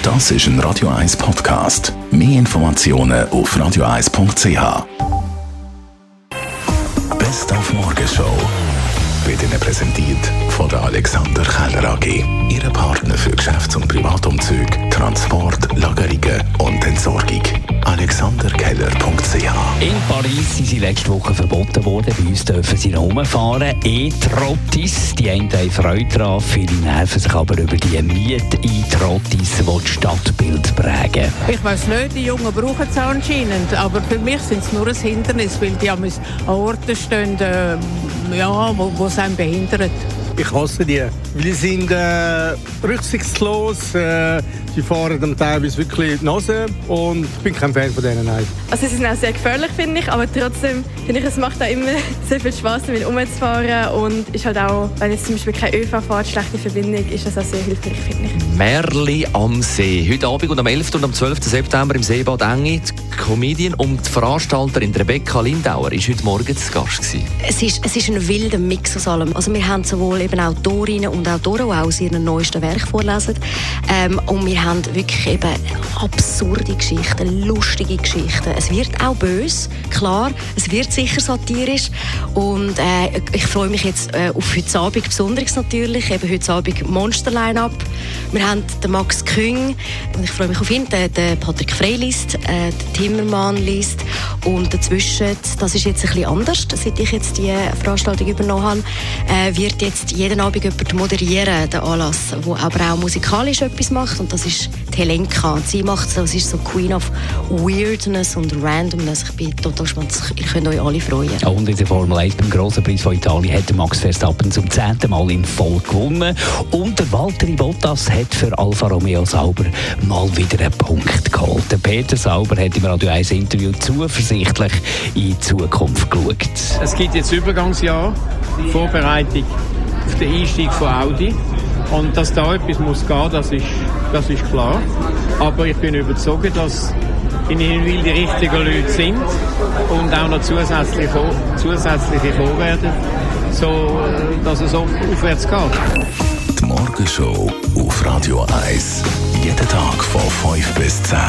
Das ist ein Radio 1 Podcast. Mehr Informationen auf radio1.ch. Best auf Morgenshow wird Ihnen präsentiert von der Alexander Keller AG. Ihre Partner für Geschäfts- und Privatumzüge, Transport, Lagerungen und Entsorgung. alexanderkeller.ch. In Paris sind sie letzte Woche verboten worden. Bei uns dürfen sie noch rumfahren. E-Trottis. Die einen haben Freude daran, viele nerven sich aber über die Miet-E-Trottis, die das Stadtbild prägen. Ich weiss nicht, die Jungen brauchen es anscheinend, aber für mich sind es nur ein Hindernis, weil die an Orten stehen, wo es einen behindert. Ich hasse die. Die sind rücksichtslos, die fahren dann teilweise wirklich die Nase und ich bin kein Fan von denen. Nein. Also sie sind auch sehr gefährlich, finde ich, aber trotzdem finde ich, es macht auch immer sehr viel Spaß, damit rumzufahren und ist halt auch, wenn jetzt zum Beispiel kein ÖV fährt, schlechte Verbindung, ist das auch sehr hilfreich, finde ich. Merli am See. Heute Abend und am 11. und am 12. September im Seebad Enge. Die Comedian und die Veranstalterin Rebecca Lindauer war heute Morgen zu Gast gewesen. Es ist ein wilder Mix aus allem. Also wir haben sowohl eben Autorinnen und Autoren, die aus ihrem neuesten Werk vorlesen. Und wir haben wirklich eben absurde Geschichten, lustige Geschichten. Es wird auch böse, klar. Es wird sicher satirisch. Und ich freue mich jetzt auf heute Abend besonders natürlich. Eben heute Abend Monster-Line-Up. Wir haben den Max Küng, und ich freue mich auf ihn, den Patrick Frey liest, den Timmermann liest. Und dazwischen, das ist jetzt ein bisschen anders, seit ich jetzt die Veranstaltung übernommen habe, wird jetzt jeden Abend jemand moderieren, den Anlass, der aber auch musikalisch etwas macht. Und das ist die Helenka. Und sie macht das ist so Queen of Weirdness und Randomness. Ich bin total gespannt. Ihr könnt euch alle freuen. Und in der Formel 1 beim Grossen Preis von Italien hat Max Verstappen zum 10. Mal in Folge gewonnen. Und der Valtteri Bottas hat für Alfa Romeo Sauber mal wieder einen Punkt geholt. Der Peter Sauber hat im Radio 1 Interview zuversichtlich in die Zukunft geschaut. Es gibt jetzt Übergangsjahr, Vorbereitung auf den Einstieg von Audi. Und dass da etwas muss gehen, das ist klar. Aber ich bin überzeugt, dass in Hinwil die richtigen Leute sind und auch noch zusätzliche kommen werden, so dass es aufwärts geht. Die Morgenshow auf Radio 1. Jeden Tag von 5 bis 10.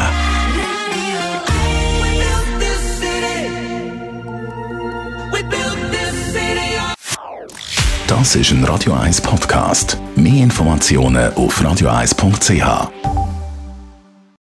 Das ist ein Radio 1 Podcast. Mehr Informationen auf radio1.ch.